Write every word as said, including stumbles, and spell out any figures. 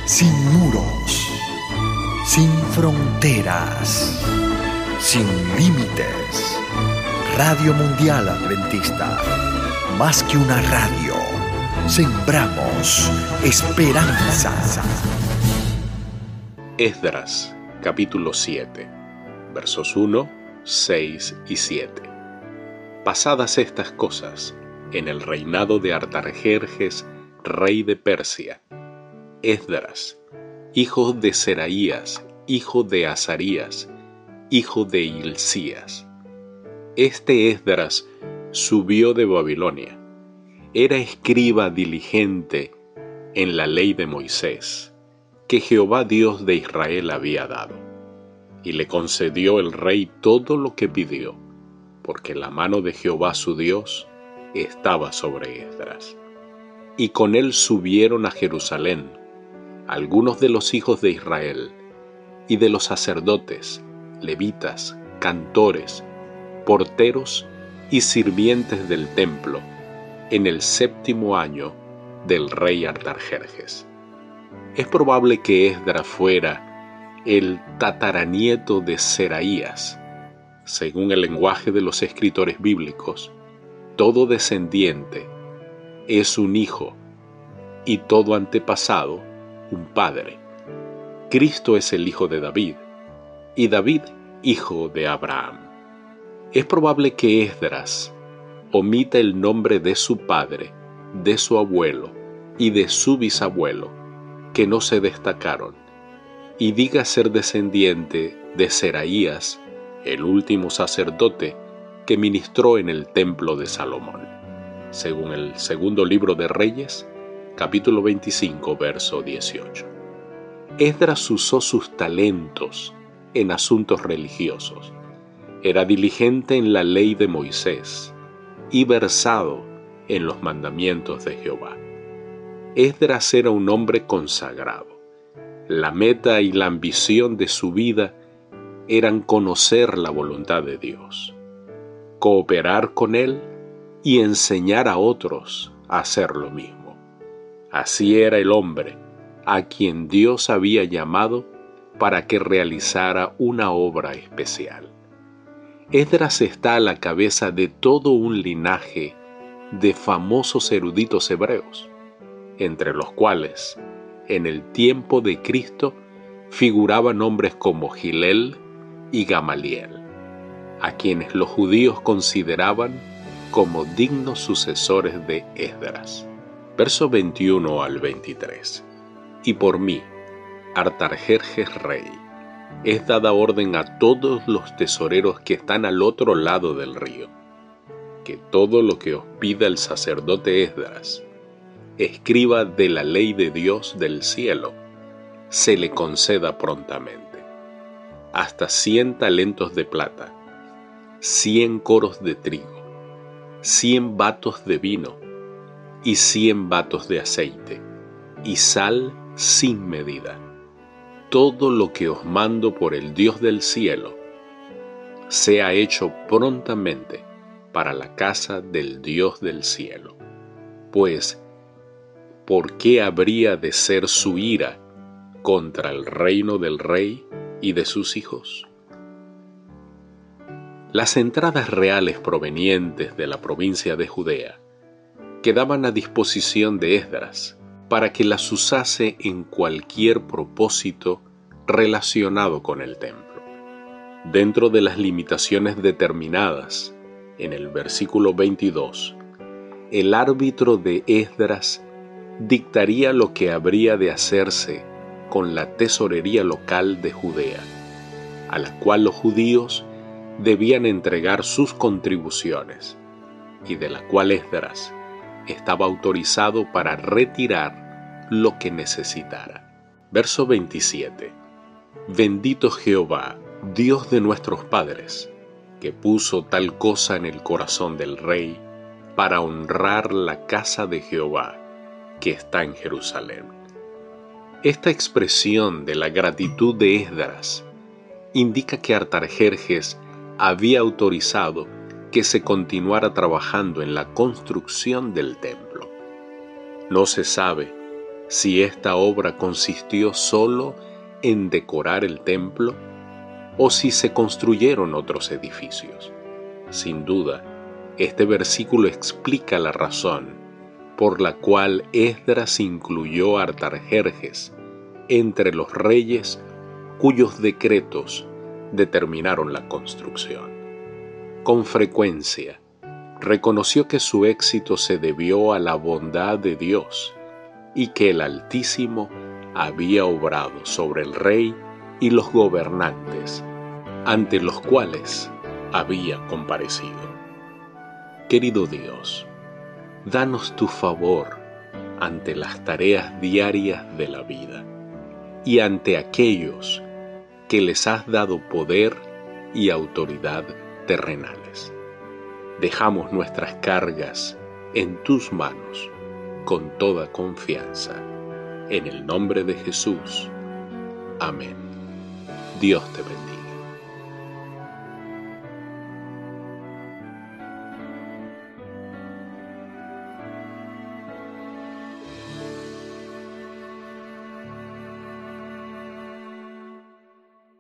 sin muros, sin fronteras, sin límites. Radio Mundial Adventista, más que una radio, sembramos esperanza. Esdras, capítulo siete, versos uno, seis y siete. Pasadas estas cosas, en el reinado de Artajerjes, rey de Persia, Esdras, hijo de Seraías, hijo de Azarías, hijo de Hilcías. Este Esdras subió de Babilonia. Era escriba diligente en la ley de Moisés, que Jehová Dios de Israel había dado. Y le concedió el rey todo lo que pidió, porque la mano de Jehová su Dios estaba sobre Esdras. Y con él subieron a Jerusalén algunos de los hijos de Israel, y de los sacerdotes, levitas, cantores, porteros y sirvientes del templo, en el séptimo año del rey Artajerjes. Es probable que Esdras fuera el tataranieto de Seraías. Según el lenguaje de los escritores bíblicos, todo descendiente es un hijo y todo antepasado un padre. Cristo es el hijo de David y David hijo de Abraham. Es probable que Esdras omita el nombre de su padre, de su abuelo y de su bisabuelo, que no se destacaron, y diga ser descendiente de Seraías, el último sacerdote que ministró en el templo de Salomón, según el segundo libro de Reyes, capítulo veinticinco, verso dieciocho. Esdras usó sus talentos en asuntos religiosos. Era diligente en la ley de Moisés y versado en los mandamientos de Jehová. Esdras era un hombre consagrado. La meta y la ambición de su vida eran conocer la voluntad de Dios, cooperar con Él y enseñar a otros a hacer lo mismo. Así era el hombre a quien Dios había llamado para que realizara una obra especial. Esdras está a la cabeza de todo un linaje de famosos eruditos hebreos, entre los cuales, en el tiempo de Cristo, figuraban hombres como Gilel y Gamaliel, a quienes los judíos consideraban como dignos sucesores de Esdras. Verso veintiuno al veintitrés. Y por mí, Artajerjes rey, es dada orden a todos los tesoreros que están al otro lado del río, que todo lo que os pida el sacerdote Esdras, escriba de la ley de Dios del cielo, se le conceda prontamente. Hasta cien talentos de plata, cien coros de trigo, cien batos de vino, y cien batos de aceite, y sal sin medida. Todo lo que os mando por el Dios del cielo, sea hecho prontamente para la casa del Dios del cielo. Pues, ¿por qué habría de ser su ira contra el reino del rey y de sus hijos? Las entradas reales provenientes de la provincia de Judea quedaban a disposición de Esdras para que las usase en cualquier propósito relacionado con el templo. Dentro de las limitaciones determinadas en el versículo veintidós, el árbitro de Esdras dictaría lo que habría de hacerse con la tesorería local de Judea, a la cual los judíos debían entregar sus contribuciones, y de la cual Esdras estaba autorizado para retirar lo que necesitara. Verso veintisiete. Bendito Jehová, Dios de nuestros padres, que puso tal cosa en el corazón del rey para honrar la casa de Jehová, que está en Jerusalén. Esta expresión de la gratitud de Esdras indica que Artajerjes había autorizado que se continuara trabajando en la construcción del templo. No se sabe si esta obra consistió solo en decorar el templo o si se construyeron otros edificios. Sin duda, este versículo explica la razón por la cual Esdras incluyó a Artajerjes entre los reyes cuyos decretos determinaron la construcción. Con frecuencia, reconoció que su éxito se debió a la bondad de Dios y que el Altísimo había obrado sobre el rey y los gobernantes ante los cuales había comparecido. Querido Dios, danos tu favor ante las tareas diarias de la vida y ante aquellos que les has dado poder y autoridad terrenales. Dejamos nuestras cargas en tus manos con toda confianza. En el nombre de Jesús. Amén. Dios te bendiga.